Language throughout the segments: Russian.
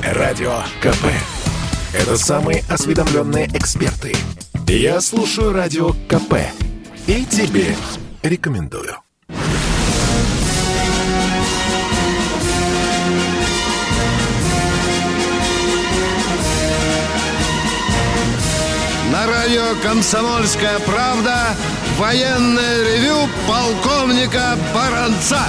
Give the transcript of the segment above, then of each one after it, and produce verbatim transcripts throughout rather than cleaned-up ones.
Радио КП. Это самые осведомленные эксперты. Я слушаю Радио КП и тебе рекомендую. На радио «Комсомольская правда» военное ревю полковника Баранца.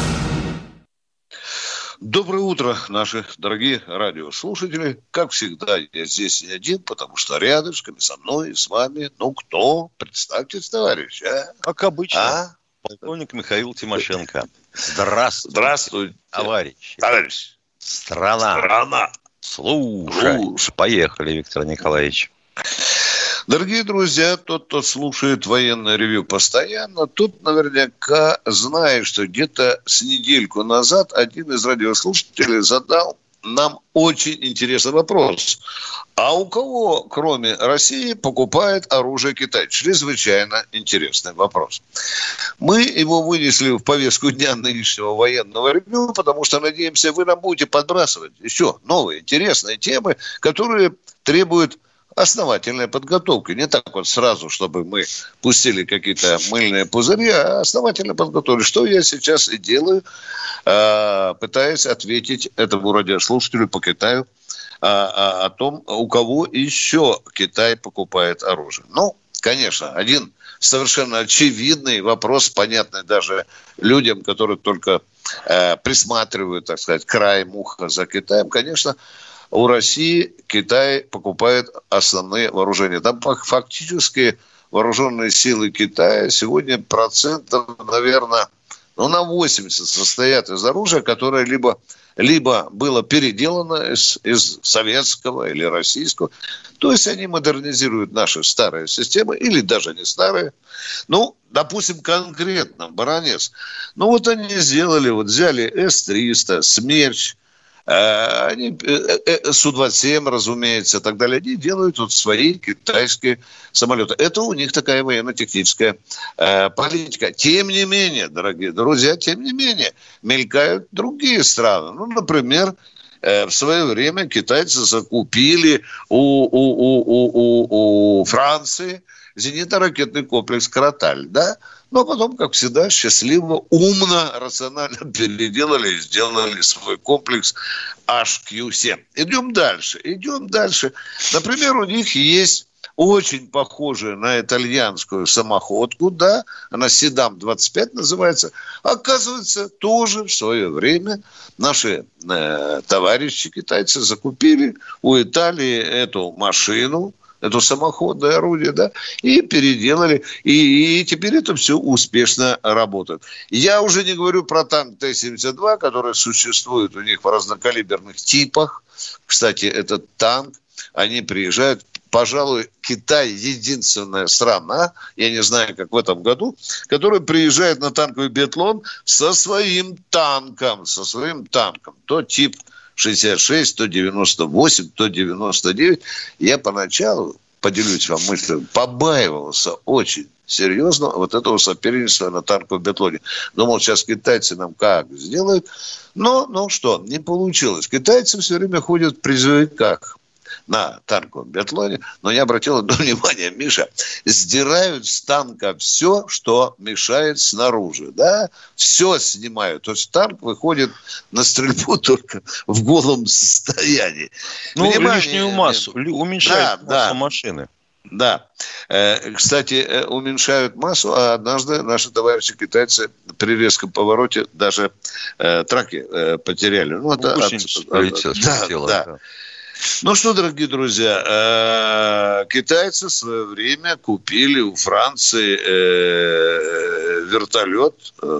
Доброе утро, наши дорогие радиослушатели. Как всегда, я здесь не один, потому что рядышком со мной и с вами, ну, кто? Представьтесь, товарищ, а? Как обычно, а? полковник Михаил Тимошенко. Здравствуйте, Здравствуйте, товарищи. Товарищ. Страна. Страна. Слушай. Слушай. Поехали, Виктор Николаевич. Дорогие друзья, тот, кто слушает военное ревью постоянно, тот наверняка знает, что где-то с недельку назад один из радиослушателей задал нам очень интересный вопрос. А у кого, кроме России, покупает оружие Китай? Чрезвычайно интересный вопрос. Мы его вынесли в повестку дня нынешнего военного ревью, потому что, надеемся, вы нам будете подбрасывать еще новые интересные темы, которые требуют основательная подготовка. Не так вот сразу, чтобы мы пустили какие-то мыльные пузыри, а основательно подготовили. Что я сейчас и делаю, пытаясь ответить этому радиослушателю по Китаю о том, у кого еще Китай покупает оружие. Ну, конечно, один совершенно очевидный вопрос, понятный даже людям, которые только присматривают, так сказать, краем уха за Китаем, конечно, у России Китай покупает основные вооружения. Там фактически вооруженные силы Китая сегодня процентов, наверное, ну, на восемьдесят состоят из оружия, которое либо, либо было переделано из, из советского или российского. То есть они модернизируют наши старые системы, или даже не старые. Ну, допустим, конкретно, Баранец. Ну, вот они сделали, вот взяли эс триста, «Смерч», они, Су двадцать семь, разумеется, и так далее, они делают вот свои китайские самолеты. Это у них такая военно-техническая э, политика. Тем не менее, дорогие друзья, тем не менее, мелькают другие страны. Ну, например, э, в свое время китайцы закупили у, у, у, у, у, у Франции зенитно-ракетный комплекс «Кроталь», да? Но потом, как всегда, счастливо, умно, рационально переделали и сделали свой комплекс эйч кью семь. Идем дальше, идем дальше. Например, у них есть очень похожая на итальянскую самоходку, да, она Седам двадцать пять называется. Оказывается, тоже в свое время наши э, товарищи китайцы закупили у Италии эту машину, эту самоходное орудие, да, и переделали, и, и теперь это все успешно работает. Я уже не говорю про танк Т семьдесят два, который существует у них в разнокалиберных типах. Кстати, этот танк, они приезжают, пожалуй, Китай единственная страна, я не знаю, как в этом году, которая приезжает на танковый биатлон со своим танком, со своим танком. То тип шестьдесят шесть, то девяносто восемь, то девяносто девять. Я поначалу, поделюсь вам мыслью, побаивался очень серьезно вот этого соперничества на танковом биатлоне. Думал, сейчас китайцы нам как сделают. Но, ну что, не получилось. Китайцы все время ходят в призывниках на танковом биатлоне, но я обратил внимание, Миша, сдирают с танка все, что мешает снаружи, да, все снимают, то есть танк выходит на стрельбу только в голом состоянии. Ну, Внимание, лишнюю массу, уменьшает да, массу да. машины. Да. Кстати, уменьшают массу, а однажды наши товарищи китайцы при резком повороте даже траки потеряли. Ну, это от... полетел, да, полетело, да. да. Ну что, дорогие друзья, китайцы в свое время купили у Франции вертолет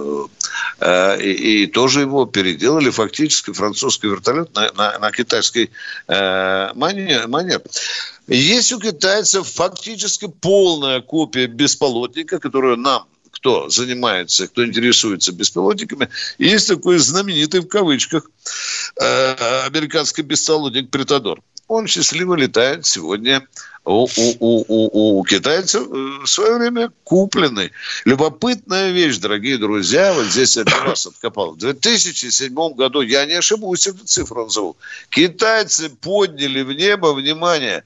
и тоже его переделали, фактически французский вертолет на, на, на китайский манер. Есть у китайцев фактически полная копия беспилотника, которую нам, кто занимается, кто интересуется беспилотниками, есть такой знаменитый в кавычках американский беспилотник «Претадор». он счастливо летает сегодня у, у, у, у, у китайцев в свое время купленный. Любопытная вещь, дорогие друзья, вот здесь я для вас откопал. В две тысячи седьмом году, я не ошибусь, эту цифру назову, китайцы подняли в небо, внимание,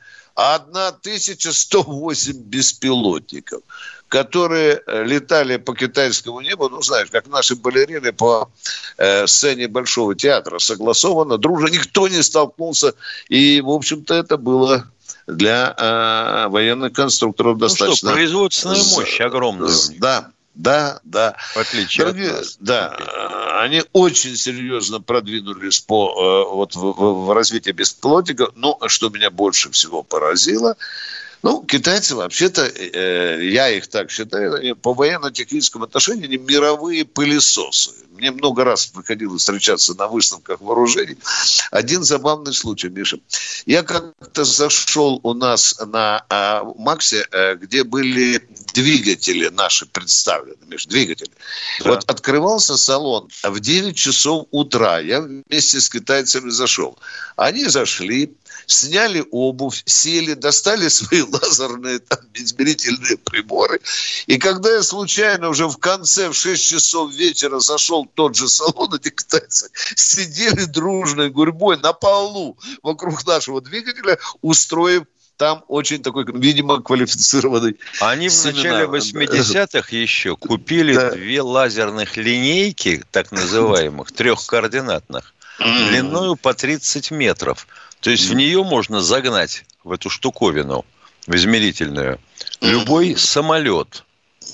тысяча сто восемь беспилотников, которые летали по китайскому небу, ну, знаешь, как наши балерины по э, сцене Большого театра, согласованно, дружно, никто не столкнулся, и, в общем-то, это было для э, военных конструкторов достаточно... Ну что, производственная мощь огромная. Да, да, да. В отличие Дорогие, от нас. Да, они очень серьезно продвинулись по, э, вот, в, в развитии беспилотников. Но что меня больше всего поразило, ну, китайцы вообще-то, э, я их так считаю, они по военно-техническому отношению они мировые пылесосы. Мне много раз приходилось встречаться на выставках вооружений. Один забавный случай, Миша. Я как-то зашел у нас на э, Максе, э, где были двигатели наши представлены, Миша, двигатели. Да. Вот открывался салон в девять часов утра. Я вместе с китайцами зашел. Они зашли, сняли обувь, сели, достали свои лазерные там, измерительные приборы. И когда я случайно уже в конце, в шесть часов вечера зашел в тот же салон, эти китайцы сидели дружной гурьбой на полу вокруг нашего двигателя, устроив там очень такой, видимо, квалифицированный Они семинар. В начале восьмидесятых еще купили да. две лазерных линейки, так называемых, трехкоординатных, mm. длиною по тридцать метров. То есть mm. в нее можно загнать, в эту штуковину, в измерительную, любой mm. самолет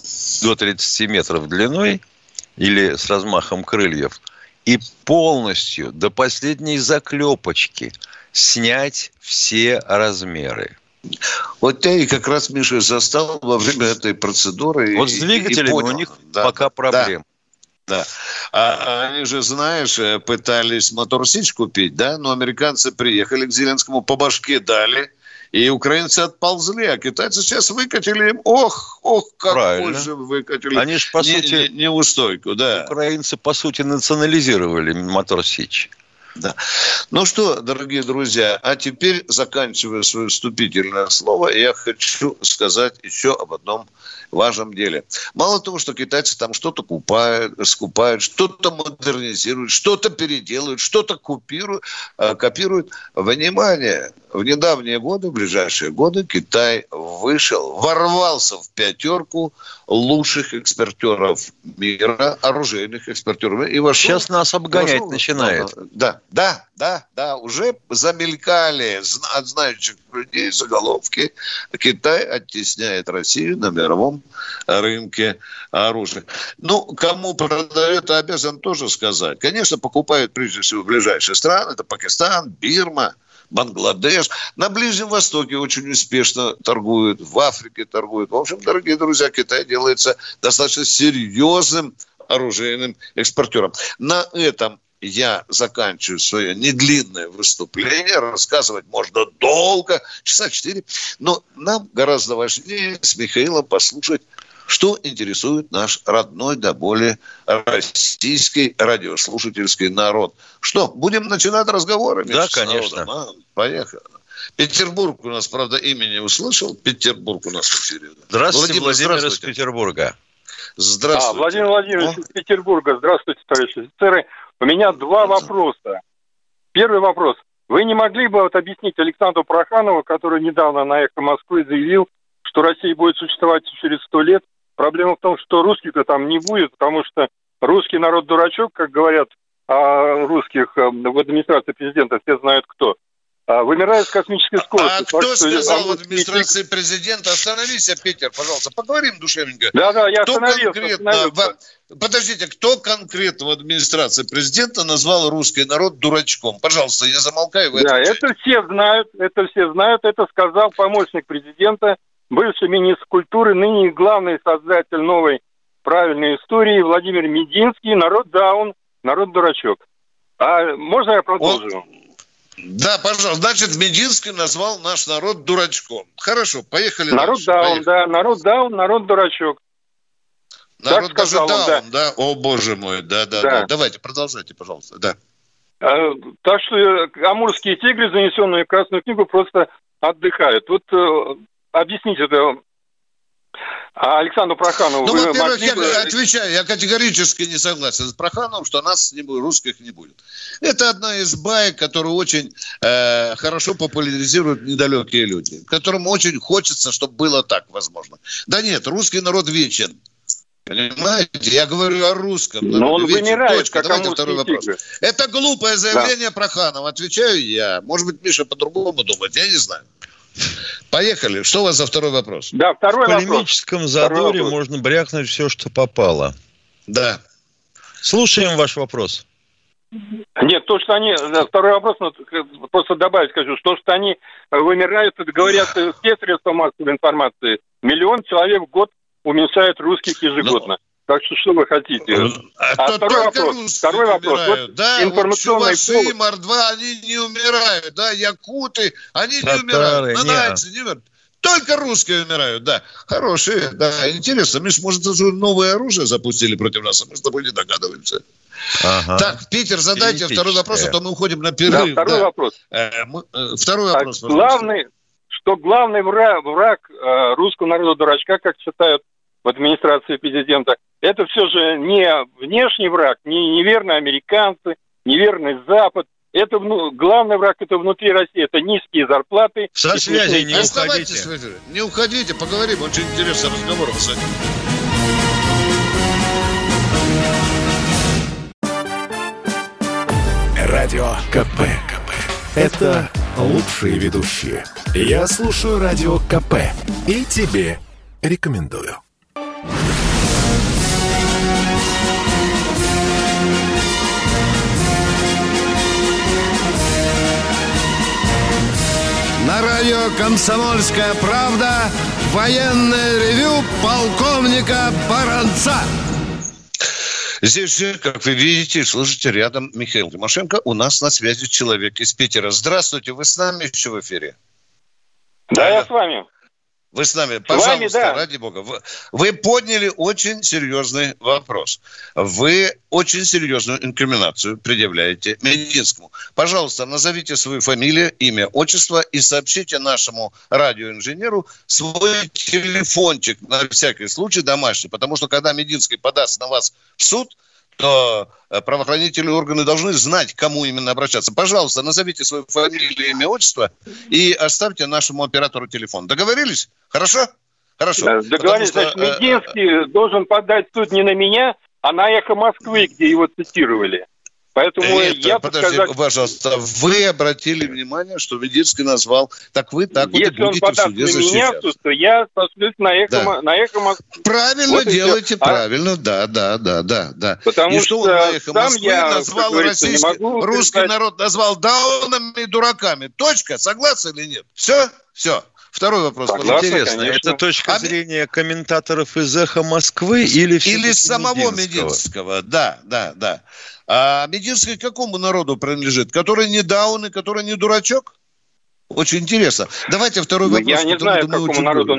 до тридцати метров длиной или с размахом крыльев и полностью до последней заклепочки снять все размеры. Вот я и как раз, Миша, застал во время этой процедуры. Вот с двигателями у них да, пока проблем. Да. Да. А они же, знаешь, пытались Моторсич купить, да? Но американцы приехали к Зеленскому, по башке дали, и украинцы отползли, а китайцы сейчас выкатили им. Ох, ох, какой же выкатили. Они же, по не, сути, не, неустойку, да. Украинцы, по сути, национализировали Моторсич. Да. Ну что, дорогие друзья, а теперь, заканчивая свое вступительное слово, я хочу сказать еще об одном важном деле. Мало того, что китайцы там что-то купают, скупают, что-то модернизируют, что-то переделывают, что-то купируют, копируют. Внимание! В недавние годы, в ближайшие годы Китай вышел, ворвался в пятерку лучших экспортеров мира, оружейных экспортеров. И вошел, сейчас нас обгонять вошел, начинает. Да, да, да, да. Уже замелькали от знающих людей заголовки. Китай оттесняет Россию на мировом рынке оружия. Ну, кому продает, обязан тоже сказать. Конечно, покупают прежде всего ближайшие страны. Это Пакистан, Бирма, Бангладеш. На Ближнем Востоке очень успешно торгуют, в Африке торгуют. В общем, дорогие друзья, Китай делается достаточно серьезным оружейным экспортером. На этом я заканчиваю свое недлинное выступление. Рассказывать можно долго, часа четыре. Но нам гораздо важнее с Михаилом послушать, что интересует наш родной до боли российский радиослушательский народ. Что, будем начинать разговоры? Да, конечно. А, поехали. Петербург у нас, правда, имени услышал. Петербург у нас в эфире. Здравствуйте, Владимир, Владимир из Петербурга. Здравствуйте. А, Владимир Владимирович из Петербурга. Здравствуйте, товарищи офицеры. У меня два вопроса. Первый вопрос. Вы не могли бы вот объяснить Александру Проханову, который недавно на «Эхо Москвы» заявил, что Россия будет существовать через сто лет? Проблема в том, что русских-то там не будет, потому что русский народ дурачок, как говорят о русских в администрации президента, все знают кто. Вымирает с космической скоростью. А кто сказал в администрации президента? Остановись, Питер, пожалуйста. Поговорим душевненько. Да-да, я кто остановился. Конкретно, остановился. В... Подождите, кто конкретно в администрации президента назвал русский народ дурачком? Пожалуйста, я замолкаю. Вы да, отвечаете. Это все знают, это все знают. Это сказал помощник президента, бывший министр культуры, ныне главный создатель новой правильной истории Владимир Мединский. Народ даун, народ дурачок. А можно я продолжу? Он... Да, пожалуйста. Значит, Мединский назвал наш народ дурачком. Хорошо, поехали народ дальше. Даун, поехали. да, народ даун, народ дурачок. Народ так даже сказал даун, он, да. да? О, боже мой, да, да, да. да. Давайте, продолжайте, пожалуйста, да. Так что амурские тигры, занесенные в Красную книгу, просто отдыхают. Вот объясните это Александру Проханову. Ну, во-первых, могли я бы... отвечаю, я категорически не согласен с Прохановым, что нас не будет, русских не будет. Это одна из баек, которую очень э, хорошо популяризируют недалекие люди, которым очень хочется, чтобы было так, возможно. Да нет, русский народ вечен. Понимаете? Я говорю о русском. Но он вечен. вымирает, Точка. как Давайте второй вопрос. тигры. Это глупое заявление да. Проханова. Отвечаю я. Может быть, Миша по-другому думает. Я не знаю. Поехали. Что у вас за второй вопрос? Да, второй вопрос. В полемическом вопрос. задоре можно брякнуть все, что попало. Да. Слушаем ваш вопрос. Нет, то, что они... Второй вопрос, ну, просто добавить хочу, что, что они вымирают, говорят все средства массовой информации. Миллион человек в год уменьшают русских ежегодно. Ну, так что что вы хотите? А, а второй вопрос. Второй вопрос. Вот да, информационный вот чуваши, мордва, они не умирают. Да, якуты, они Татары, не умирают. Нанайцы не умирают. Только русские умирают, да. Хорошие, да. Интересно. Миш, может, уже новое оружие запустили против нас, а мы с тобой не догадываемся. Ага. Так, Питер, задайте второй вопрос, а то мы уходим на перерыв. Да, второй да. вопрос. Э, мы, э, второй вопрос, так, главный, что главный враг, враг э, русского народа дурачка, как считают в администрации президента, это все же не внешний враг, не неверные американцы, неверный Запад. Это ну, главный враг это внутри России, это низкие зарплаты. Со связи не уходите. Не уходите, поговорим, очень интересный разговор. Радио КП. Это лучшие ведущие. Я слушаю Радио КП и тебе рекомендую. На радио «Комсомольская правда» военное ревю полковника Баранца. Здесь же, как вы видите, слышите, рядом Михаил Тимошенко. У нас на связи человек из Питера. Здравствуйте, вы с нами еще в эфире? Да, я с вами. Вы с нами, пожалуйста, вами, да. ради бога. Вы, вы подняли очень серьезный вопрос. Вы очень серьезную инкриминацию предъявляете Мединскому. Пожалуйста, назовите свою фамилию, имя, отчество и сообщите нашему радиоинженеру свой телефончик на всякий случай домашний. Потому что когда Мединский подаст на вас в суд, то правоохранительные органы должны знать, к кому именно обращаться. Пожалуйста, назовите свою фамилию, имя, отчество и оставьте нашему оператору телефон. Договорились? Хорошо? Хорошо. Да, договорились. Что, значит, Мединский э, должен подать в суд не на меня, а на «Эхо Москвы», где его цитировали. Поэтому Нет, я подожди, подсказать... пожалуйста, вы обратили внимание, что Мединский назвал, так вы так Если вот и будете в суде защищаться. Если он подаст на меня, то я сошлюсь на «Эхо, да. на эхо Москвы». Правильно вот делаете, правильно, а? да, да, да, да, да. Потому и что, что он на «Эхо Москвы» я, назвал российский, русский сказать... народ назвал даунами и дураками. Точка, согласен или нет? Все? Все. Второй вопрос. Согласна, интересно, конечно. Это точка а... зрения комментаторов из «Эхо Москвы» или Или самого Мединского? Мединского? Да, да, да. А Мединский к какому народу принадлежит? Который не даун и который не дурачок? Очень интересно. Давайте второй ну, вопрос. Я не знаю, к какому народу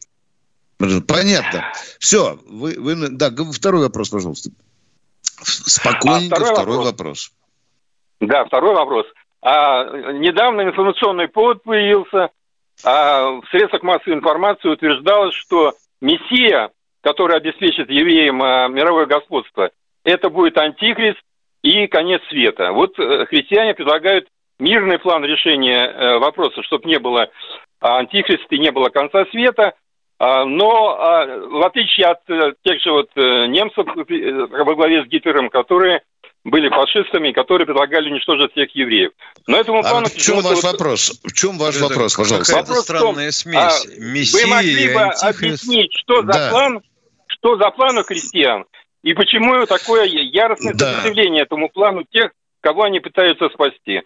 он... Понятно. Все. Вы, вы, да, второй вопрос, пожалуйста. Спокойненько, а второй, второй вопрос. вопрос. Да, второй вопрос. А, недавно информационный повод появился. А в средствах массовой информации утверждалось, что Мессия, который обеспечит евреям а, мировое господство, это будет антихрист и конец света. Вот э, христиане предлагают мирный план решения э, вопроса, чтобы не было антихриста и не было конца света. А, но а, в отличие от э, тех же вот э, немцев э, во главе с Гитлером, которые были фашистами, которые предлагали уничтожить всех евреев. Но этому плану... А в чем ваш вот... вопрос? В чем ваш это вопрос, пожалуйста? Вопрос странная том, смесь. А, Мессия, вы могли бы антихрист... объяснить, что за да. план, что за план у христиан, и почему такое яростное да. сопротивление этому плану тех, кого они пытаются спасти?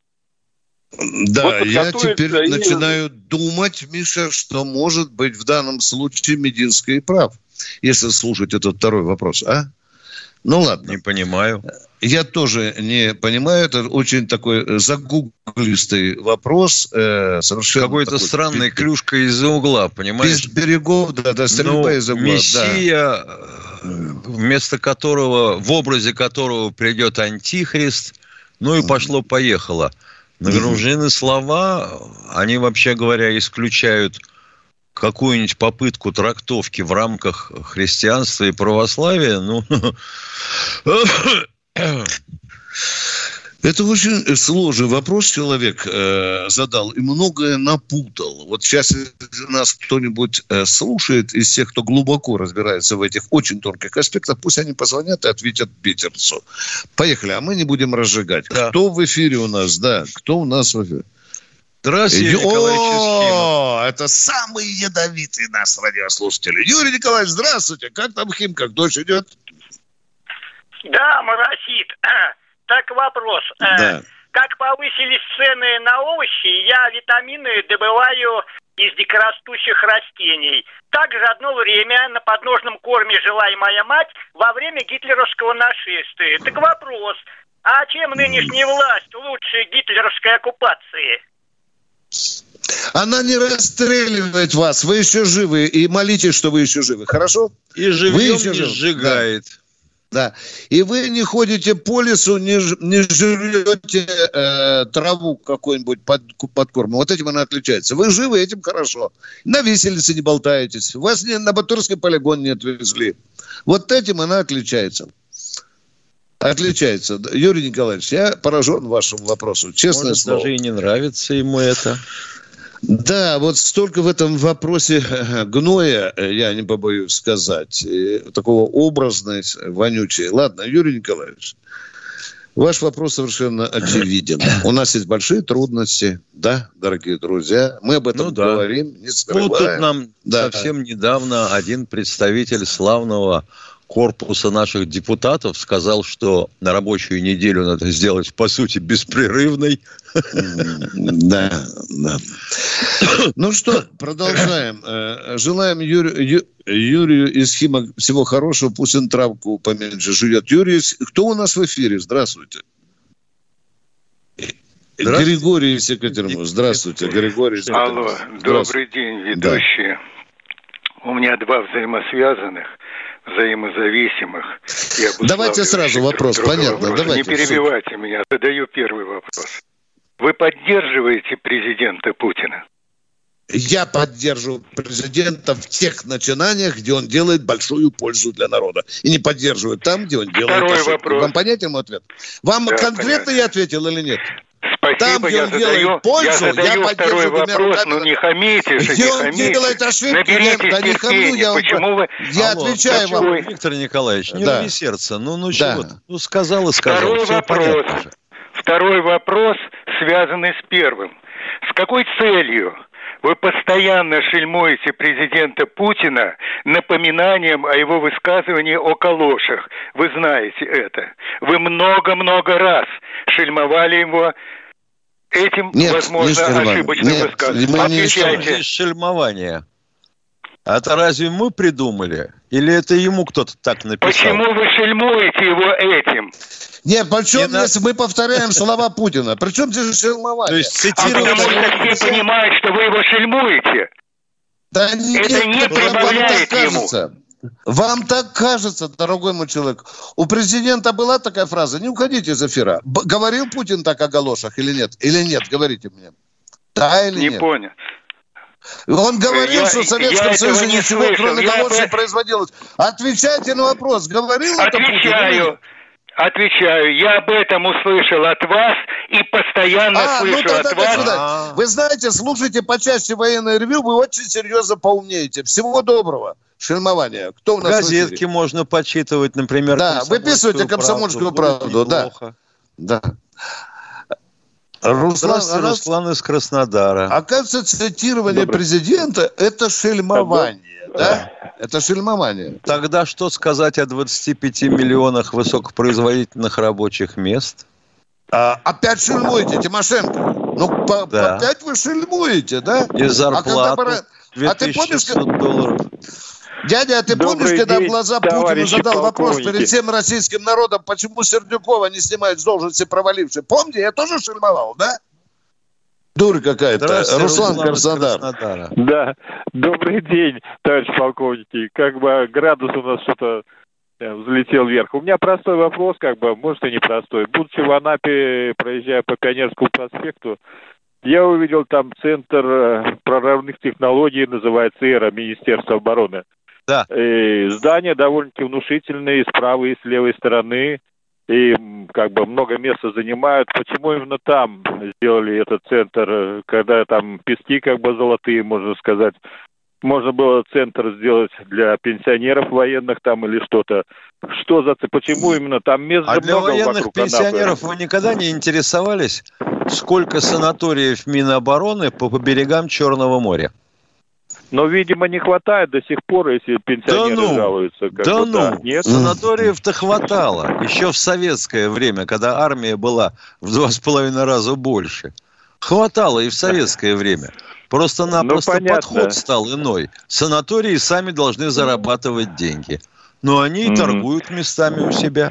Да, вот я теперь и... начинаю думать, Миша, что может быть в данном случае Мединский прав, если слушать этот второй вопрос, а? Ну ладно. Не понимаю. Я тоже не понимаю. Это очень такой загуглистый вопрос. Э, совершенно Какой-то такой, странный без, клюшка из-за угла, понимаешь? Без берегов, да, да, стрельба ну, из-за угла. Мессия, да. Вместо которого, в образе которого придет антихрист, Ну и пошло-поехало. Нагружены слова, они, вообще говоря, исключают какую-нибудь попытку трактовки в рамках христианства и православия. Ну, это очень сложный вопрос человек э, задал и многое напутал. Вот сейчас, если нас кто-нибудь э, слушает из тех, кто глубоко разбирается в этих очень тонких аспектах, пусть они позвонят и ответят питерцу. Поехали, а мы не будем разжигать. Да. Кто в эфире у нас? Да, кто у нас в эфире? Здравствуйте, Юрий Николаевич из Химок. О, это самый ядовитый наш радиослушатель. Юрий Николаевич, здравствуйте. Как там в Химках? Дождь идет? Да, моросит. Так вопрос. Да. Как повысились цены на овощи, я витамины добываю из дикорастущих растений. Также одно время на подножном корме жила и моя мать во время гитлеровского нашествия. Так вопрос, а чем нынешняя власть лучше гитлеровской оккупации? Она не расстреливает вас, вы еще живы, и молитесь, что вы еще живы, хорошо? И живьем не сжигает. Да. Да. И вы не ходите по лесу, не, не жрете э, траву какую-нибудь под, под кормом. Вот этим она отличается. Вы живы, этим хорошо. На виселице не болтаетесь. Вас не, на Батурский полигон не отвезли. Вот этим она отличается. Отличается. Юрий Николаевич, я поражен вашим вопросом. Честное Может, слово. даже и не нравится ему это. Да, вот столько в этом вопросе гноя, я не побоюсь сказать, такого образность, вонючей. Ладно, Юрий Николаевич, ваш вопрос совершенно очевиден. У нас есть большие трудности, да, дорогие друзья. Мы об этом ну, да. говорим, не скрываем. Ну, тут нам да. совсем недавно один представитель славного корпуса наших депутатов сказал, что на рабочую неделю надо сделать, по сути, беспрерывной. Да, да. Ну что, продолжаем. Желаем Юрию, Юрию из Химок всего хорошего. Пусть он травку поменьше жует. Юрий, кто у нас в эфире? Здравствуйте. Здравствуйте. Григорий из Екатеринбурга. Здравствуйте, Григорий из Екатеринбурга. Алло, добрый день, ведущие. Да. У меня два взаимосвязанных, взаимозависимых. Давайте сразу вопрос, понятно. Вопрос. Давайте. Не перебивайте меня. Задаю первый вопрос. Вы поддерживаете президента Путина? Я поддерживаю президента в тех начинаниях, где он делает большую пользу для народа. И не поддерживаю там, где он делает Второй ошибку. вопрос. Вам понятен мой ответ? Вам да, конкретно понятно. Я ответил или нет? Спасибо, там, где я он задаю, делает пользу, я задаю я второй вопрос, ну не хамите же, где не он хамите. делает ошибки, Наберитесь да не хамлю, я, Почему вы... я Алло, отвечаю вам. Вы... Виктор Николаевич, не да. рви сердце, ну, ну да. чего, ну сказал и сказал. Второй Все вопрос, второй вопрос, связанный с первым. С какой целью вы постоянно шельмуете президента Путина напоминанием о его высказывании о калошах? Вы знаете это. Вы много-много раз шельмовали его этим, нет, возможно, ошибочным высказыванием. Отвечайте. Здесь шельмование. А это разве мы придумали? Или это ему кто-то так написал? Почему вы шельмуете его этим? Нет, причем не если на... мы повторяем слова Путина? Причем здесь шельмование? То есть цитировать... А потому что все понимают, что вы его шельмуете. Да нет, это не прибавляет ему. Вам так кажется, дорогой мой человек. У президента была такая фраза: не уходите из эфира. Б- говорил Путин так о галошах или нет? Или нет, говорите мне. Да или не нет? Не понял. Он говорил, я, что в Советском Союзе ничего, слышал. кроме я галошей, по... не производилось. Отвечайте на вопрос. Говорил это Путин? Отвечаю. Отвечаю, я об этом услышал от вас и постоянно а, слышу ну, тогда, от вас. А-а-а. Вы знаете, слушайте почаще военное ревью, вы очень серьезно поумнеете. Всего доброго. Шельмование. Кто у нас газетки можно почитывать, например. Да, выписывайте «Комсомольскую правду». Да. Да. Руслан, Руслан, Руслан из Краснодара. Оказывается, цитирование Добрый. президента – это шельмование. Да? Это шельмование. Тогда что сказать о двадцати пяти миллионах высокопроизводительных рабочих мест? А, опять шельмуете, Тимошенко. Ну, по, да. опять вы шельмуете, да? И зарплату а две тысячи шестьсот долларов. Дядя, а ты Добрый помнишь, когда в глаза Путину задал вопрос полковники. перед всем российским народом, почему Сердюкова не снимают с должности провалившей? Помните, я тоже шельмовал, да? Дурь какая-то. Руслан, Краснодар. Да. Добрый день, товарищ полковники. Как бы градус у нас что-то взлетел вверх. У меня простой вопрос, как бы, может и непростой. Будучи в Анапе, проезжая по Пионерскому проспекту, я увидел там центр прорывных технологий, называется «Эра», Министерства обороны. Да. И здания довольно-таки внушительные, с правой и с левой стороны, и как бы много места занимают. Почему именно там сделали этот центр, когда там пески как бы золотые, можно сказать? Можно было центр сделать для пенсионеров военных там или что-то. Что за... Почему именно там мест а же для много военных вокруг пенсионеров Анапы? вы никогда не интересовались, сколько санаториев Минобороны по поберегам Черного моря? Но, видимо, не хватает до сих пор, если пенсионеры да ну, жалуются. Как да бы, ну, да. Нет? Санаториев-то хватало. Еще в советское время, когда армия была в два с половиной раза больше. Хватало и в советское время. Просто-напросто ну, подход стал иной. Санатории сами должны зарабатывать деньги. Но они и mm-hmm. торгуют местами у себя.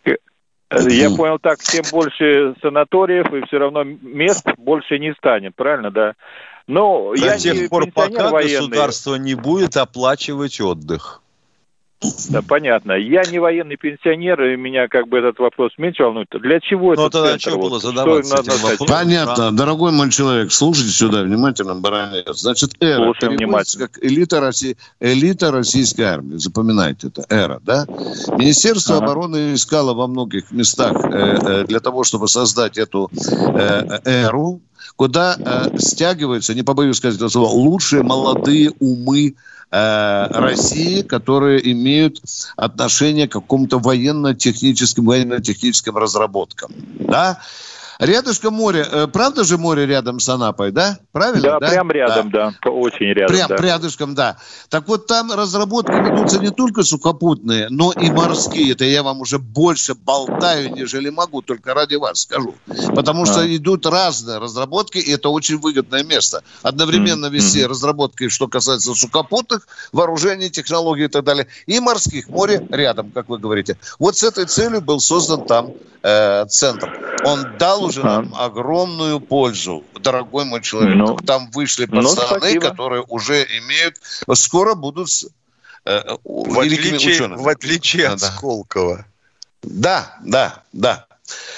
Я понял так, тем больше санаториев, и все равно мест больше не станет, правильно, да? Но До я тех не пор, пока военный. Государство не будет оплачивать отдых. Да, понятно. Я не военный пенсионер, и меня как бы этот вопрос меньше волнует. Для чего это? Ну, тогда что было задаваться этим вопросом? Понятно. А? Дорогой мой человек, слушайте сюда внимательно, баронец. Значит, «Эра» переводится как элита, России, элита российской армии. Запоминайте это. «Эра», да? Министерство ага. обороны искало во многих местах э, э, для того, чтобы создать эту э, «Эру», куда э, стягиваются, не побоюсь сказать это слово, лучшие молодые умы э, России, которые имеют отношение к какому-то военно-техническим, военно-техническим разработкам. Да? Рядышком море. Правда же море рядом с Анапой, да? Правильно? Да, да? прям рядом, да. да. Очень рядом, Прям да. рядышком, да. Так вот, там разработки ведутся не только сухопутные, но и морские. Это я вам уже больше болтаю, нежели могу, только ради вас скажу. Потому что а. идут разные разработки, и это очень выгодное место. Одновременно вести mm-hmm. разработки, что касается сухопутных вооружений, технологий и так далее, и морских. Море рядом, как вы говорите. Вот с этой целью был создан там э, центр. Он дал уже нам огромную пользу, дорогой мой человек. Ну, там вышли пацаны, ну, которые уже имеют, скоро будут э, в великими отличие, учеными. В отличие от да. Сколково. Да, да, да.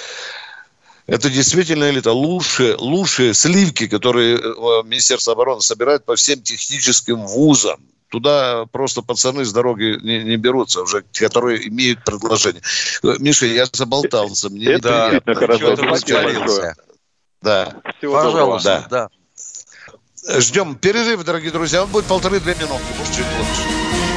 Это действительно элита. Лучшие, лучшие сливки, которые Министерство обороны собирает по всем техническим вузам. Туда просто пацаны с дороги не, не берутся уже, которые имеют предложение. Миша, я заболтался. Мне это неприятно. Хорошо, спасибо. Да. Всего Пожалуйста, да. да. Ждем перерыв, дорогие друзья. Он будет полторы-две минуты, может, чуть лучше.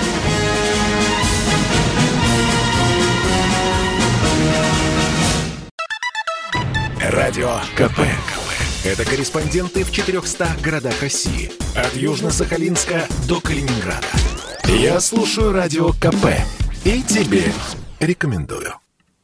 Радио КП. Это корреспонденты в четырехстах городах России. От Южно-Сахалинска до Калининграда. Я слушаю Радио КП. И тебе рекомендую.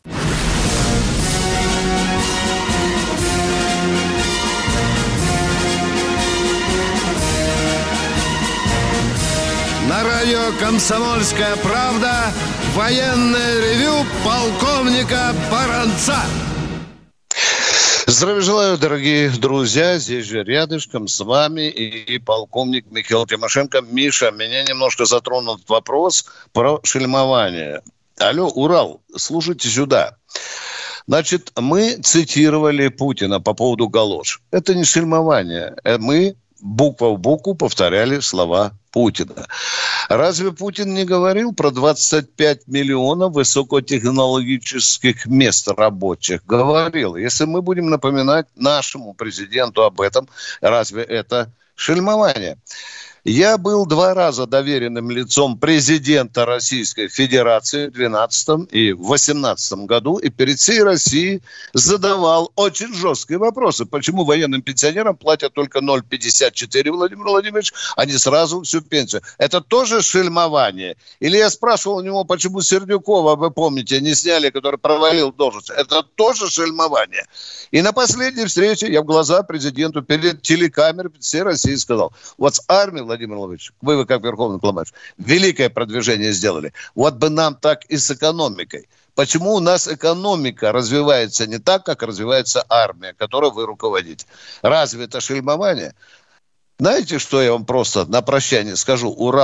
На радио «Комсомольская правда» военное ревю полковника Баранца. Здравия желаю, дорогие друзья. Здесь же рядышком с вами и, и полковник Михаил Тимошенко. Миша, меня немножко затронул этот вопрос про шельмование. Алло, Урал, слушайте сюда. Значит, мы цитировали Путина по поводу галош. Это не шельмование. Мы буква в букву повторяли слова Путина. Разве Путин не говорил про двадцать пять миллионов высокотехнологических мест рабочих? Говорил. Если мы будем напоминать нашему президенту об этом, разве это шельмование? Я был два раза доверенным лицом президента Российской Федерации в двенадцатом и в восемнадцатом году, и перед всей Россией задавал очень жесткие вопросы. Почему военным пенсионерам платят только ноль целых пятьдесят четыре сотых, Владимир Владимирович, а не сразу всю пенсию? Это тоже шельмование? Или я спрашивал у него, почему Сердюкова, вы помните, не сняли, который провалил должность? Это тоже шельмование? И на последней встрече я в глаза президенту перед телекамерой всей России сказал, вот с армией, Владимир Владимирович, вы, вы как верховный главный, великое продвижение сделали. Вот бы нам так и с экономикой. Почему у нас экономика развивается не так, как развивается армия, которой вы руководите? Разве это шельмование? Знаете, что я вам просто на прощание скажу? Урал,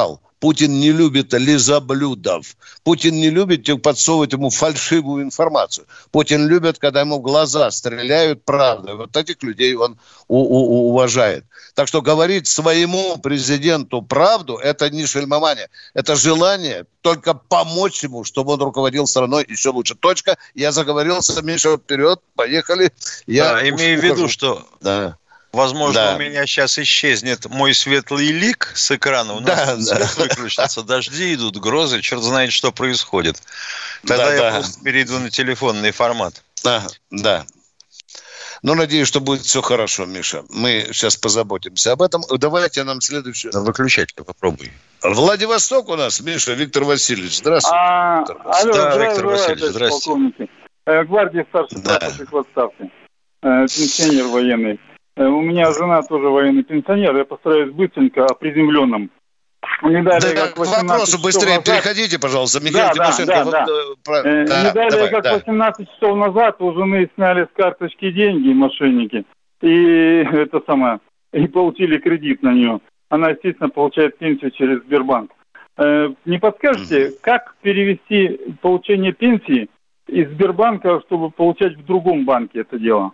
Путин не любит лизоблюдов. Путин не любит подсовывать ему фальшивую информацию. Путин любит, когда ему в глаза стреляют правдой. Вот этих людей он у- у- уважает. Так что говорить своему президенту правду – это не шельмование. Это желание только помочь ему, чтобы он руководил страной еще лучше. Точка. Я заговорился. Миша, вперед. Поехали. Я да, имею в виду, что... Да. Возможно, да. у меня сейчас исчезнет мой светлый лик с экрана. У нас да, свет да. выключится, дожди идут, грозы, черт знает, что происходит. Тогда да, я да. просто перейду на телефонный формат. Да, да. Ну, надеюсь, что будет все хорошо, Миша. Мы сейчас позаботимся об этом. Давайте нам следующее. Да, выключать-ка попробуй. Владивосток у нас, Миша, Виктор Васильевич. Здравствуйте. А, Виктор Васильевич. алло, Да, Виктор Васильевич, здравствуйте. Гвардии старший Да. прапорщик в отставке. Э, Пенсионер военный. Э, У меня жена тоже военный пенсионер. Я постараюсь быстренько о приземленном. Не далее, Да, как к вопросу быстрее назад... переходите, пожалуйста. Михаил Да, Тимошенко. да, вот, да, э, про... Э, да, не далее, давай, как да. восемнадцать часов назад у жены сняли с карточки деньги, мошенники, и это самое, и получили кредит на нее. Она, естественно, получает пенсию через Сбербанк. Э, не подскажете, mm-hmm. как перевести получение пенсии из Сбербанка, чтобы получать в другом банке это дело?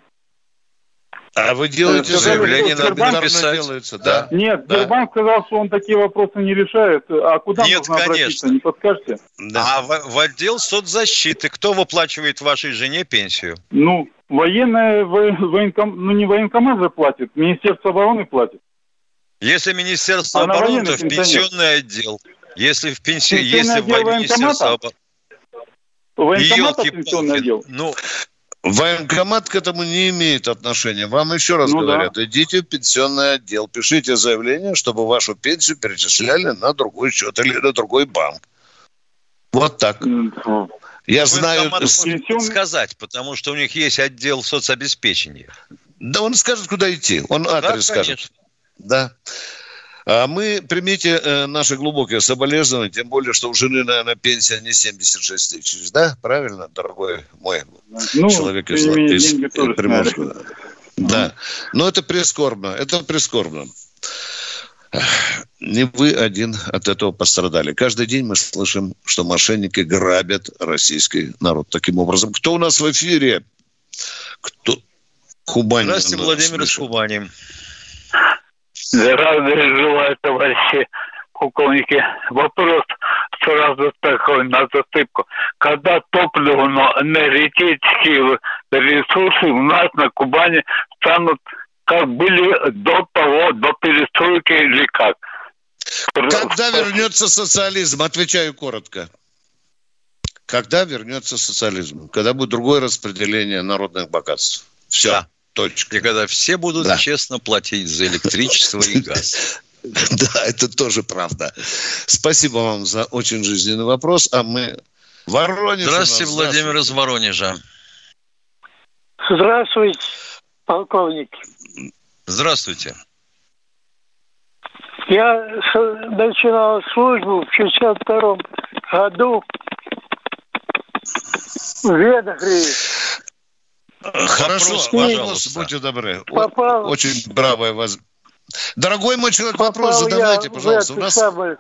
А вы делаете заявление, Сбербанк надо написать. Делается, да. Нет, да. Сбербанк сказал, что он такие вопросы не решает. А куда Нет, нужно обратиться? конечно. Не подскажете? Да. А в, в отдел соцзащиты кто выплачивает вашей жене пенсию? Ну, военное, во, военком, ну не военкомат же платит, Министерство обороны платит. Если Министерство Она обороны, то в военный пенсионер. пенсионный отдел. Если в пенсию, Пенсионный если отдел в Министерство военкомата? обороны. Военкомата пенсионный отдел? Ну, Военкомат к этому не имеет отношения. Вам еще раз Ну, говорят, да. идите в пенсионный отдел, пишите заявление, чтобы вашу пенсию перечисляли на другой счет или на другой банк. Вот так. Я знаю... военкомат может Пенсион- сказать, потому что у них есть отдел соцобеспечения. Да он скажет, куда идти. Он адрес Да, скажет. конечно. Да. А мы, примите э, наши глубокие соболезнования, тем более, что у жены, наверное, пенсия не семьдесят шесть тысяч, да? Правильно, дорогой мой Ну, человек из, тем не менее, из, деньги из тоже Приморска? Да. Но это прискорбно. Это прискорбно. Не вы один от этого пострадали. Каждый день мы слышим, что мошенники грабят российский народ таким образом. Кто у нас в эфире? Кто? Кубань. Здравствуйте, Владимир из Кубани. Здравия желаю, товарищи полковники. Вопрос сразу такой на засыпку. Когда топливно-энергетические ресурсы у нас на Кубани станут как были до того, до перестройки или как? Когда вернется социализм? Отвечаю коротко. Когда вернется социализм? Когда будет другое распределение народных богатств. Все. Да. Точка. И когда все будут Да. честно платить за электричество и газ. Да, это тоже правда. Спасибо вам за очень жизненный вопрос. А мы... Воронеж. Здравствуйте, Владимир из Воронежа. Здравствуйте, полковник. Здравствуйте. Я начинал службу в шестьдесят втором году в Венгрии. Хорошо, Вопрос, вопрос, пожалуйста. будьте добры. Попал- Очень бравая вас. Дорогой мой человек, Попал вопрос задавайте, я пожалуйста. в У эту нас... самую-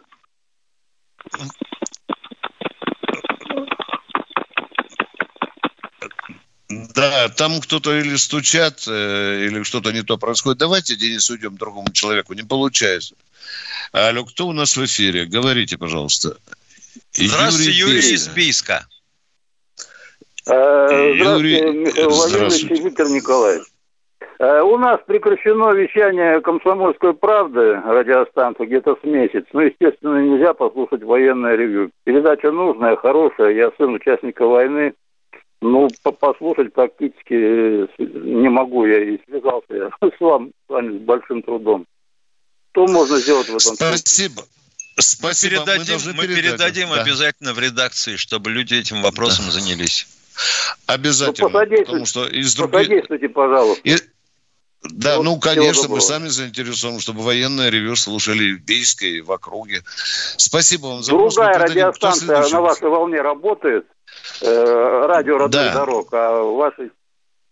Да, там кто-то или стучат, э, или что-то не то происходит. Давайте, Денис, уйдем к другому человеку. Не получается. Алло, кто у нас в эфире? Говорите, пожалуйста. Здравствуйте, Юрий, Бейска. из Бийска. Юрий, Здравствуйте, Михаил Владимирович здравствуйте. и Виктор Николаевич. Э, У нас прекращено вещание «Комсомольской правды» радиостанции где-то с месяц. Ну, естественно, нельзя послушать военное ревью. Передача нужная, хорошая. Я сын участника войны. Ну, по- послушать практически э, не могу. Я и связался я с вами, с вами с большим трудом. Что можно сделать в этом случае? Спасибо. Мы Спасибо. передадим, должны мы передать. передадим Да. обязательно в редакции, чтобы люди этим вопросом Да. занялись. Обязательно. Ну, посодействуйте. Потому что из других... Посодействуйте, пожалуйста. И- Да, Вот ну, всего конечно, мы доброго. сами заинтересованы, чтобы военное ревю слушали и в Бийске, и в округе. Спасибо вам за Другая вопрос. Мы передадим. Кто радиостанция следующий? на вашей волне работает. Э, радио родных Да. дорог. А вашей...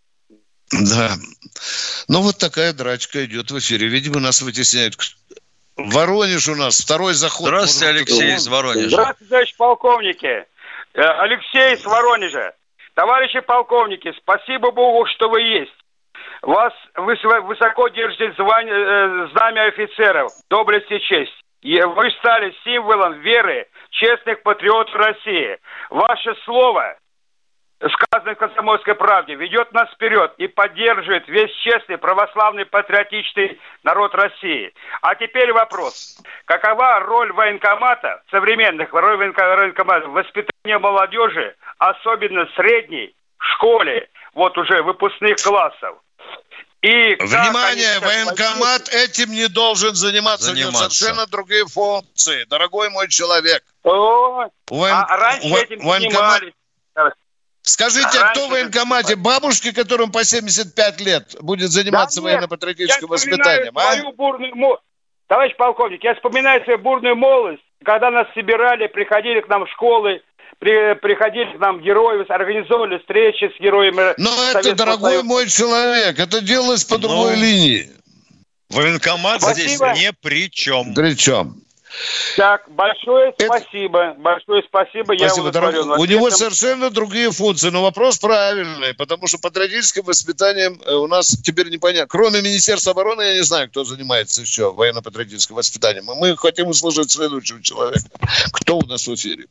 Да. Ну, вот такая драчка идет в эфире. Видимо, нас вытесняют. Воронеж у нас, второй заход. Здравствуйте, Алексей из Воронежа. Здравствуйте, товарищ полковники. Алексей из Воронежа. Товарищи полковники, спасибо Богу, что вы есть. Вас вы высоко держите звание, знамя офицеров, доблесть и честь. Вы стали символом веры честных патриотов России. Ваше слово, сказанное в «Комсомольской правде», ведет нас вперед и поддерживает весь честный, православный, патриотичный народ России. А теперь вопрос. Какова роль военкомата, современных роль военкомата в воспитании молодежи, особенно средней, в школе, вот уже выпускных классов? И внимание, военкомат этим не должен заниматься. заниматься. У него совершенно другие функции, дорогой мой человек. О, Воен... А раньше Во... этим военкомат... занимались. Скажите, а кто в военкомате? Бабушки, которым по семьдесят пять лет, будет заниматься да военно-патриотическим воспитанием? А? Свою бурную... Товарищ полковник, я вспоминаю свою бурную молодость, когда нас собирали, приходили к нам в школы, При, приходили к нам герои, организовывали встречи с героями. Но это, дорогой Союза. Мой человек, это делалось по другой Но... линии. Военкомат спасибо. Здесь ни при чем. При чем? Так, большое это... спасибо. Большое спасибо. Спасибо, я дорогой. У него этом... совершенно другие функции, но вопрос правильный, потому что патриотическим воспитанием у нас теперь непонятно. Кроме Министерства обороны, я не знаю, кто занимается еще военно-патриотическим воспитанием. Мы хотим услышать следующего человека. Кто у нас в эфире?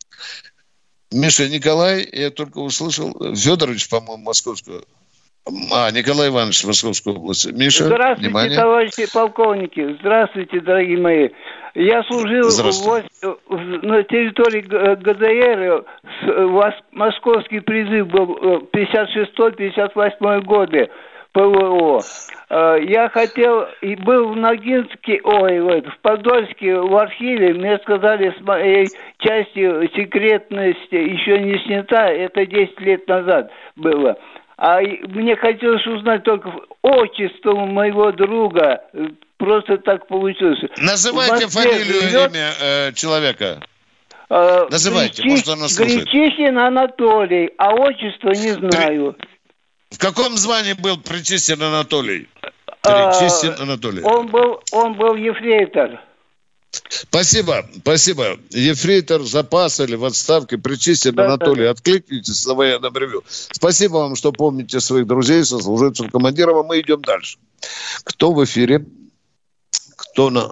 Миша, Николай, я только услышал, Федорович, по-моему, Московского. А, Николай Иванович, Московской области. Миша, здравствуйте, внимание. Товарищи полковники. Здравствуйте, дорогие мои. Я служил в, на территории ГДР, московский призыв был пятьдесят шестой - пятьдесят восьмой годы. ПВО. Я хотел, и был в Ногинске, ой, вот, в Подольске, в архиве, мне сказали, с моей части секретность еще не снята, это десять лет назад было. А мне хотелось узнать только отчество моего друга, просто так получилось. Называйте фамилию и имя э, человека. Э, Называйте, Гречих, может, он нас слушает. Гречихин Анатолий, а отчество не знаю. В каком звании был Причистин Анатолий? Причистин Анатолий. Он был, он был ефрейтор. Спасибо, спасибо. Ефрейтор запаса или в отставке Причистин да, Анатолий. Да, да. Откликнитесь на военном ревью. Спасибо вам, что помните своих друзей, сослуживцев командиров. Мы идем дальше. Кто в эфире? Кто на...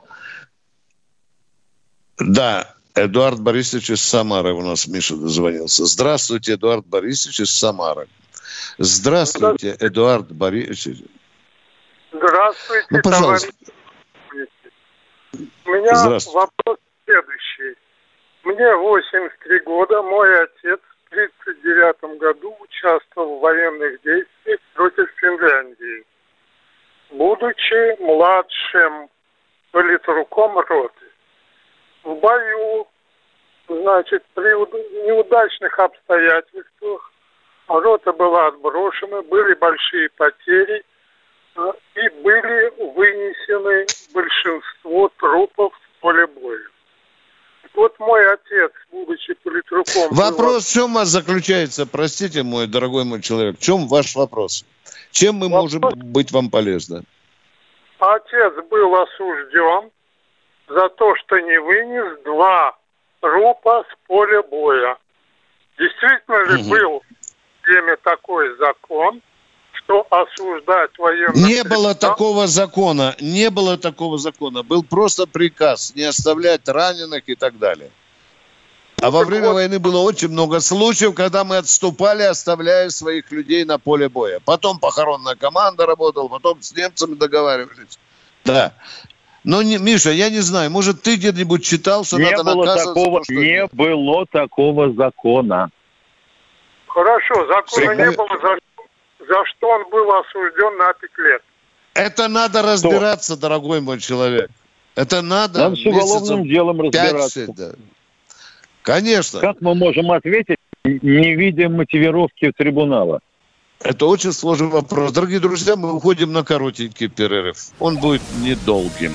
Да, Эдуард Борисович из Самары у нас, Миша, дозвонился. Здравствуйте, Эдуард Борисович из Самары. Здравствуйте, Эдуард Борисович. Здравствуйте, ну, пожалуйста. Товарищи. У меня вопрос следующий. Мне восемьдесят три года, мой отец в тридцать девятом году участвовал в военных действиях против Финляндии. Будучи младшим политруком роты. В бою, значит, при неудачных обстоятельствах рота была отброшена, были большие потери и были вынесены большинство трупов с поля боя. Вот мой отец, будучи политруком... Вопрос был... в чем у вас заключается, простите, мой дорогой мой человек, в чем ваш вопрос? Чем мы вопрос... можем быть вам полезны? Отец был осужден за то, что не вынес два трупа с поля боя. Действительно ли угу. был в теме такой закон, что осуждать военных... Не было такого закона, не было такого закона. Был просто приказ не оставлять раненых и так далее. А во время войны было очень много случаев, когда мы отступали, оставляя своих людей на поле боя. Потом похоронная команда работала, потом с немцами договаривались. Да. Но, не, Миша, я не знаю, может, ты где-нибудь читал, что не надо было наказывать... Такого, то, что... Не было такого закона. Хорошо, закона При... не было, за, за что он был осужден на пять лет. Это надо разбираться, что? Дорогой мой человек. Это надо... Нам с уголовным делом разбираться. Да. Конечно. Как мы можем ответить, не видя мотивировки трибунала? Это очень сложный вопрос. Дорогие друзья, мы уходим на коротенький перерыв. Он будет недолгим.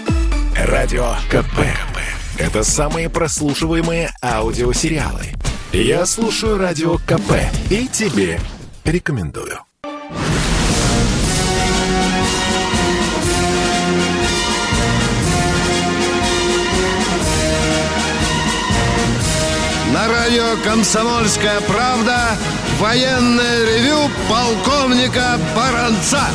Радио КП. Это самые прослушиваемые аудиосериалы. Я слушаю Радио КП и тебе рекомендую. На радио «Комсомольская правда» военное ревю полковника Баранца.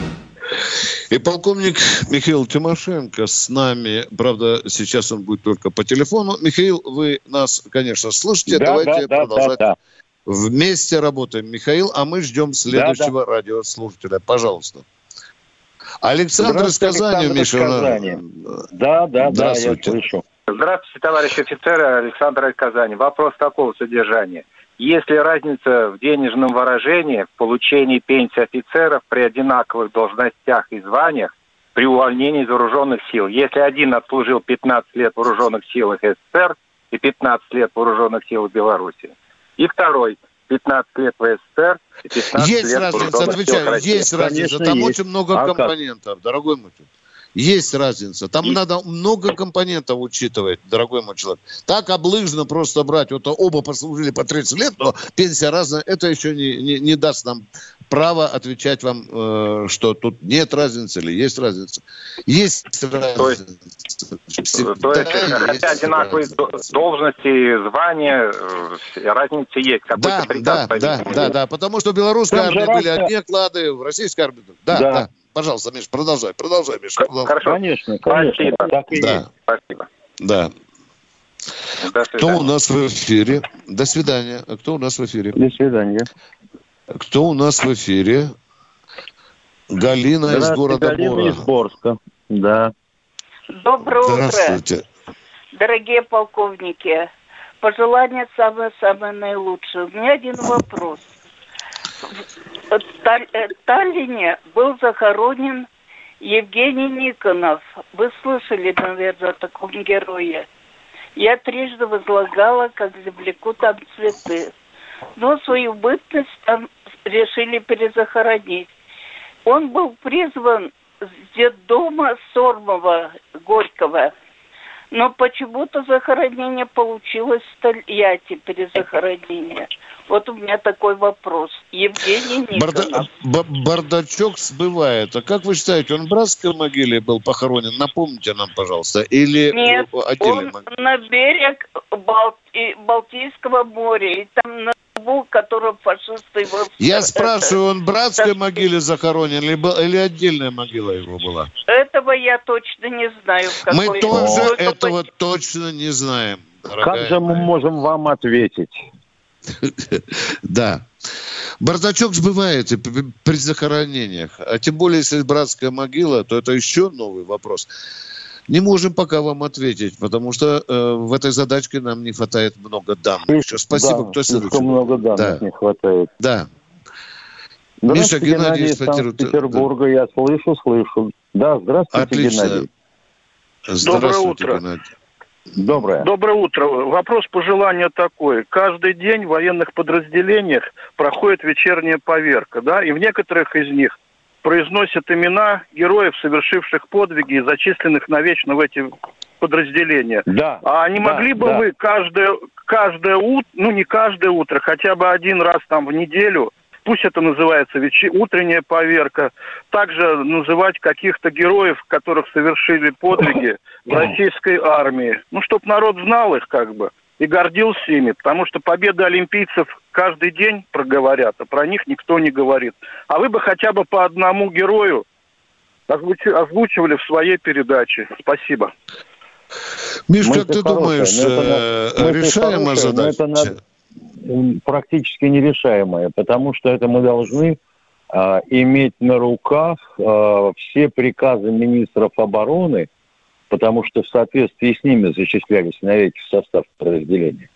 И полковник Михаил Тимошенко с нами. Правда, сейчас он будет только по телефону. Михаил, вы нас, конечно, слышите. Да, Давайте да, продолжать. Да, да. Вместе работаем, Михаил, а мы ждем следующего да, да. радиослушателя. Пожалуйста. Александр из Казани, Миша. Казани. Да, да, да, я слышу. Здравствуйте, товарищи офицеры. Александр из Казани. Вопрос такого содержания. Есть ли разница в денежном выражении в получении пенсии офицеров при одинаковых должностях и званиях при увольнении из вооруженных сил? Если один отслужил пятнадцать лет в вооруженных силах СССР и пятнадцать лет в вооруженных силах Беларуси, и второй пятнадцать лет в СССР и пятнадцать есть лет разница, в вооруженных отвечаю, силах России. Есть разница, там есть. Очень много а компонентов, как? Дорогой мой. Есть разница. Там и... надо много компонентов учитывать, дорогой мой человек. Так облыжно просто брать. Вот оба послужили по тридцать лет, но пенсия разная. Это еще не, не, не даст нам права отвечать вам, э, что тут нет разницы или есть разница. Есть разница. То есть, то есть хотя одинаковые разница. Должности, звания, разница есть. Да, да, да, да, да. Потому что в белорусской армии были одни оклады, в российской армии... Да, да. да. Пожалуйста, Миш, продолжай, продолжай, Миш. Продолжай. Хорошо. Конечно, конечно. Спасибо. Да. Спасибо. Да. Кто у нас в эфире? До свидания. Кто у нас в эфире? До свидания. Кто у нас в эфире? Галина из города Галина Бора. из Борска. Да. Доброе Здравствуйте. утро, дорогие полковники. Пожелания самое-самое наилучшее. У меня один вопрос. В Таллине был захоронен Евгений Никонов. Вы слышали, наверное, о таком герое. Я трижды возлагала, как земляку, там цветы. Но свою бытность там решили перезахоронить. Он был призван с детдома Сормова, Горького. Но почему-то захоронение получилось в Тольятти, перезахоронение. Вот у меня такой вопрос. Евгений Никонов. Барда... Бардачок сбывает. А как вы считаете, он в братской могиле был похоронен? Напомните нам, пожалуйста. Или Нет, отдельно? Он на берег Балти... Балтийского моря. И там на трубу, которую фашисты его... Я спрашиваю, он в братской могиле захоронен или, или отдельная могила его была? Этого я точно не знаю. Мы тоже этого быть... точно не знаем. Как же мы можем вам ответить? Да. Бардачок сбывается при захоронениях. А тем более, если братская могила, то это еще новый вопрос. Не можем пока вам ответить, потому что э, в этой задачке нам не хватает много данных. Еще спасибо, да, кто следующий. много данных да. не хватает. Да. Миша, Геннадий из Санкт-Петербурга. Да. Я слышу, слышу. Да, здравствуйте, Отлично. Геннадий. Доброе утро. Геннадий. Доброе. Доброе утро. Вопрос пожелания такой. Каждый день в военных подразделениях проходит вечерняя поверка, да, и в некоторых из них произносят имена героев, совершивших подвиги и зачисленных навечно в эти подразделения. Да. А не да, могли бы да. вы каждое, каждое утро, ну не каждое утро, хотя бы один раз там в неделю, пусть это называется вечер... утренняя поверка, также называть каких-то героев, которых совершили подвиги в российской армии. Ну, чтобы народ знал их как бы и гордился ими, потому что победы олимпийцев каждый день проговорят, а про них никто не говорит. А вы бы хотя бы по одному герою озвуч... озвучивали в своей передаче. Спасибо. Миш, как ты думаешь, это, решаемая задача? Это практически нерешаемая, потому что это мы должны а, иметь на руках а, все приказы министров обороны, потому что в соответствии с ними зачислялись навеки в состав подразделения.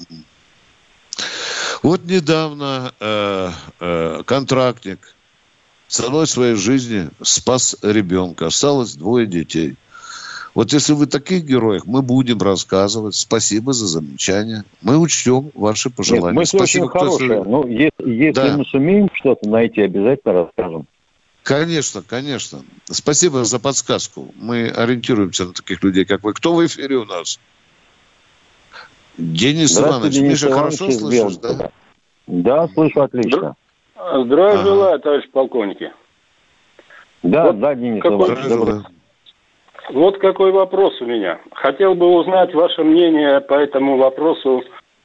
Вот недавно э, э, контрактник ценой своей жизни спас ребенка. Осталось двое детей. Вот если вы таких героев, мы будем рассказывать. Спасибо за замечание. Мы учтем ваши пожелания. Нет, мысль Спасибо, очень хорошая. Ну, если, если да. мы сумеем что-то найти, обязательно расскажем. Конечно, конечно. Спасибо за подсказку. Мы ориентируемся на таких людей, как вы. Кто в эфире у нас? Денис Иванович, Денис Миша, Иванович хорошо слышишь, да? Да, слышу отлично. Здравия ага. желаю, товарищ полковники. Да, вот да, Денис какой... Иванович. Вот какой вопрос у меня. Хотел бы узнать ваше мнение по этому вопросу,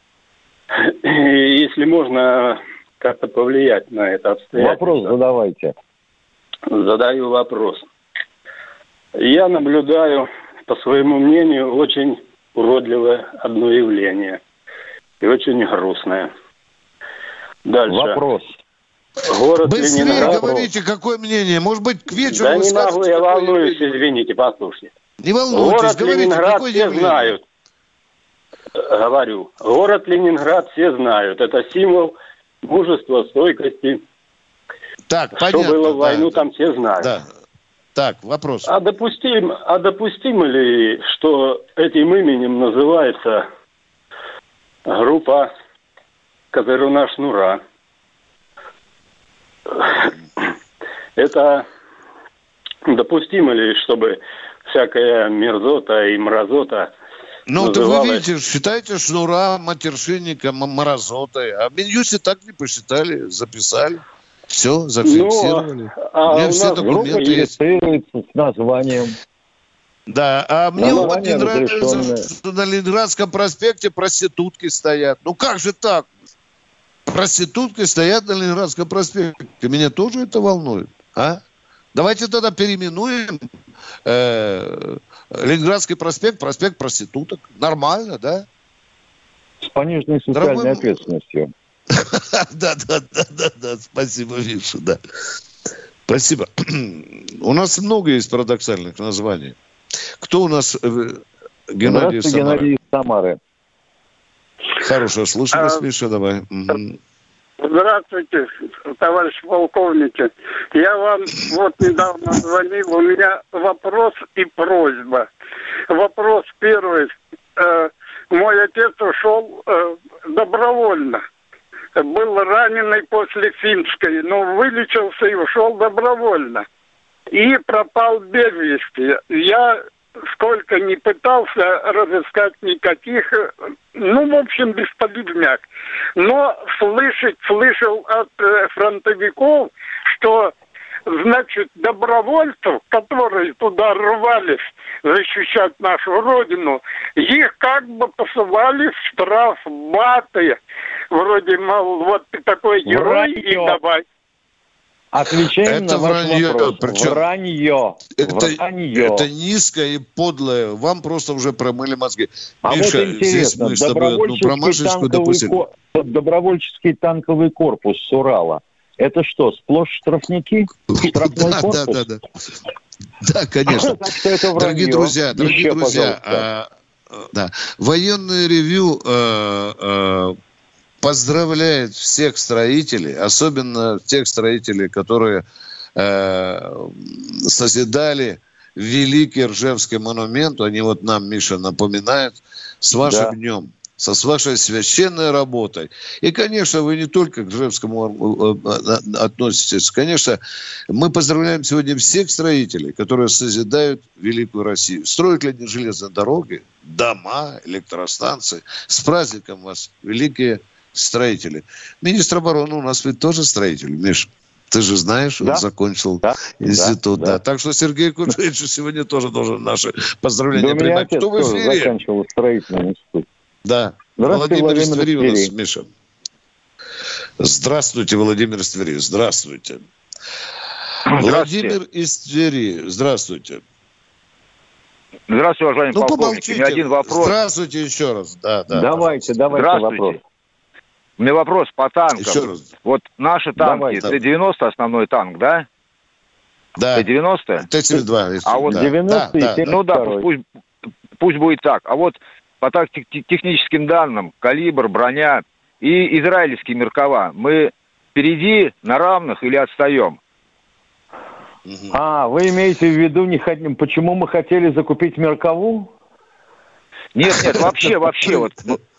если можно как-то повлиять на это обстоятельство. Вопрос задавайте. Задаю вопрос. Я наблюдаю, по своему мнению, очень уродливое одно явление. И очень грустное. Дальше. Вопрос. Город Быстрее Ленинград. говорите, какое мнение? Может быть, к вечеру Да вы не скажете, могу, я какое волнуюсь, явление? извините, послушайте. Не волнуйтесь, город говорите, Ленинград какое все явление? знают. Говорю, город Ленинград все знают. Это символ мужества, стойкости. Так, Что понятно, было в войну, да, там все знают. Да. Так, вопрос. А допустим, а допустимо ли, что этим именем называется группа Козырюна Шнура? Это допустимо ли, чтобы всякая мерзота и мразота Ну, называлась... вы видите, считайте Шнура матершинником, мразотой. А в Минюсе так не посчитали, записали. Все, зафиксировали. Ну, а у меня у все нас документы есть. Регистрируется с названием. Да, а мне вот не Название нравится, разрешенное. что на Ленинградском проспекте проститутки стоят. Ну как же так? Проститутки стоят на Ленинградском проспекте. Меня тоже это волнует. А? Давайте тогда переименуем э, Ленинградский проспект, проспект проституток. Нормально, да? С пониженной социальной ответственностью. Да, да, да, да, да. Спасибо, Миша, да. Спасибо. У нас много есть парадоксальных названий. Кто у нас? Геннадий из Самары. Геннадий из Самары. Хорошо, слушай нас, Миша, давай. Здравствуйте, товарищ полковники. Я вам вот недавно звонил. У меня вопрос и просьба. Вопрос первый. Мой отец ушел добровольно. Был раненый после Финской, но вылечился и ушел добровольно. И пропал без вести. Я сколько не пытался разыскать никаких, ну, в общем, бесполезняк. Но слышать, слышал от э, фронтовиков, что, значит, добровольцев, которые туда рвались защищать нашу родину, их как бы посылали в штрафбаты. Вроде, мол, вот ты такой герой, и давай. Отвечаем это на ваш вранье, вопрос. причем Вранье. Это, вранье. это низкое и подлое. Вам просто уже промыли мозги. А Миша, вот интересно, здесь мы с тобой одну промашечку допустили. Ко... добровольческий танковый корпус с Урала. Это что, сплошь штрафники? Штрафной да, корпус? Да, да, да. Да, конечно. Дорогие друзья, дорогие друзья, да, военное ревью поздравляет всех строителей, особенно тех строителей, которые э, созидали великий Ржевский монумент. Они вот нам, Миша, напоминают, с вашим да. днем, со, с вашей священной работой. И, конечно, вы не только к Ржевскому относитесь. Конечно, мы поздравляем сегодня всех строителей, которые созидают великую Россию. Строят ли они железные дороги, дома, электростанции. С праздником вас, великие строители. Министр обороны у нас ведь тоже строитель, Миш. Ты же знаешь, да? Он закончил да? институт. Да, да. Да. Так что Сергей Куджевич сегодня тоже должен наши поздравления да принимать. Кто в эфире? Заканчивал строительный институт. Да. Владимир, Владимир из Твери у нас, Миша. Здравствуйте, Владимир из Твери. Здравствуйте. Здравствуйте. Владимир из Твери. Здравствуйте. Здравствуйте, уважаемый ну, полковник. У меня один вопрос. Здравствуйте еще раз. Да, да, давайте, давайте Здравствуйте. Вопрос. У меня вопрос по танкам. Еще раз. Вот наши танки, Т девяносто основной танк, да? Да. Т девяносто? Т семьдесят два. А вот да. девяносто да, и да, ну да, пусть, пусть будет так. А вот по так, техническим данным, калибр, броня и израильские Меркава, мы впереди на равных или отстаем? А, вы имеете в виду, не хотим, почему мы хотели закупить Меркаву? Нет, нет, вообще, вообще, вот...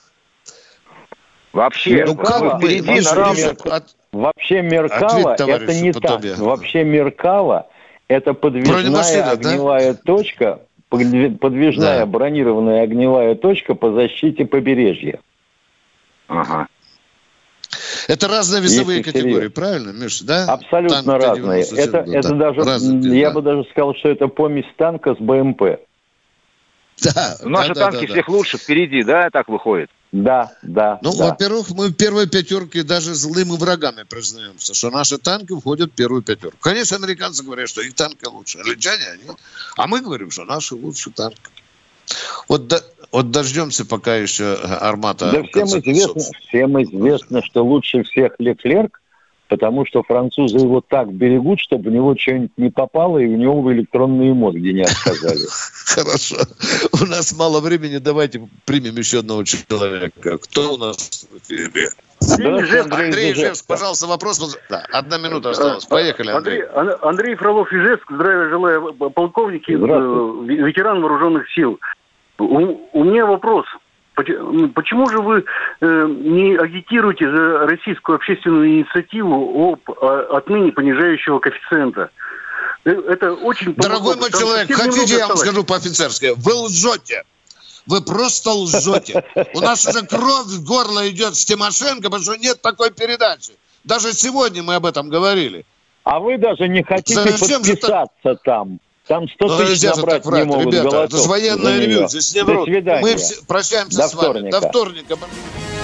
Вообще, ну, мы впереди на равных... От... Вообще Меркава это не так. Я. Вообще Меркава это подвижная огневая да? точка подвижная Да. бронированная огневая точка по защите побережья. Ага. Это разные весовые Если категории, серьезно. правильно, Миша, да? Абсолютно Танк разные. Т девяносто семь, Это, ну, это так, даже, разные, я да. бы даже сказал, что это помесь танка с БМП. Да, Наши да, танки да, да, всех лучше впереди, да, так выходит? Да, да. Ну, да. во-первых, мы в первой пятерке даже злыми врагами признаемся, что наши танки входят в первую пятерку. Конечно, американцы говорят, что их танки лучше, англичане они. А мы говорим, что наши лучше танки. Вот, до, вот дождемся, пока еще Армата... Да в всем конце известно, концов. всем известно, что лучше всех Леклерк, потому что французы его так берегут, чтобы в него что-нибудь не попало, и у него в электронные мозги не отказали. Хорошо. У нас мало времени. Давайте примем еще одного человека. Кто у нас в эфире? Андрей Ижевск, пожалуйста, вопрос. Да, одна минута осталась. Поехали, Андрей. Андрей, Андрей Фролов, Ижевск. Здравия желаю, полковники, э, ветеран вооруженных сил. У, у меня вопрос. Почему же вы э, не агитируете за российскую общественную инициативу об а, отмене понижающего коэффициента? Это очень... Дорогой мой человек, хотите, я вам скажу по-офицерски, вы лжете. Вы просто лжете. У нас уже кровь в горло идет с Тимошенко, потому что нет такой передачи. Даже сегодня мы об этом говорили. А вы даже не хотите Зачем же подписаться там. Там сто Ну, тысяч нельзя же набрать так врать, не могут ребята. голосов Это же военное за ревю, нее. здесь не До врут. свидания. Мы все прощаемся До с вами. вторника. До вторника.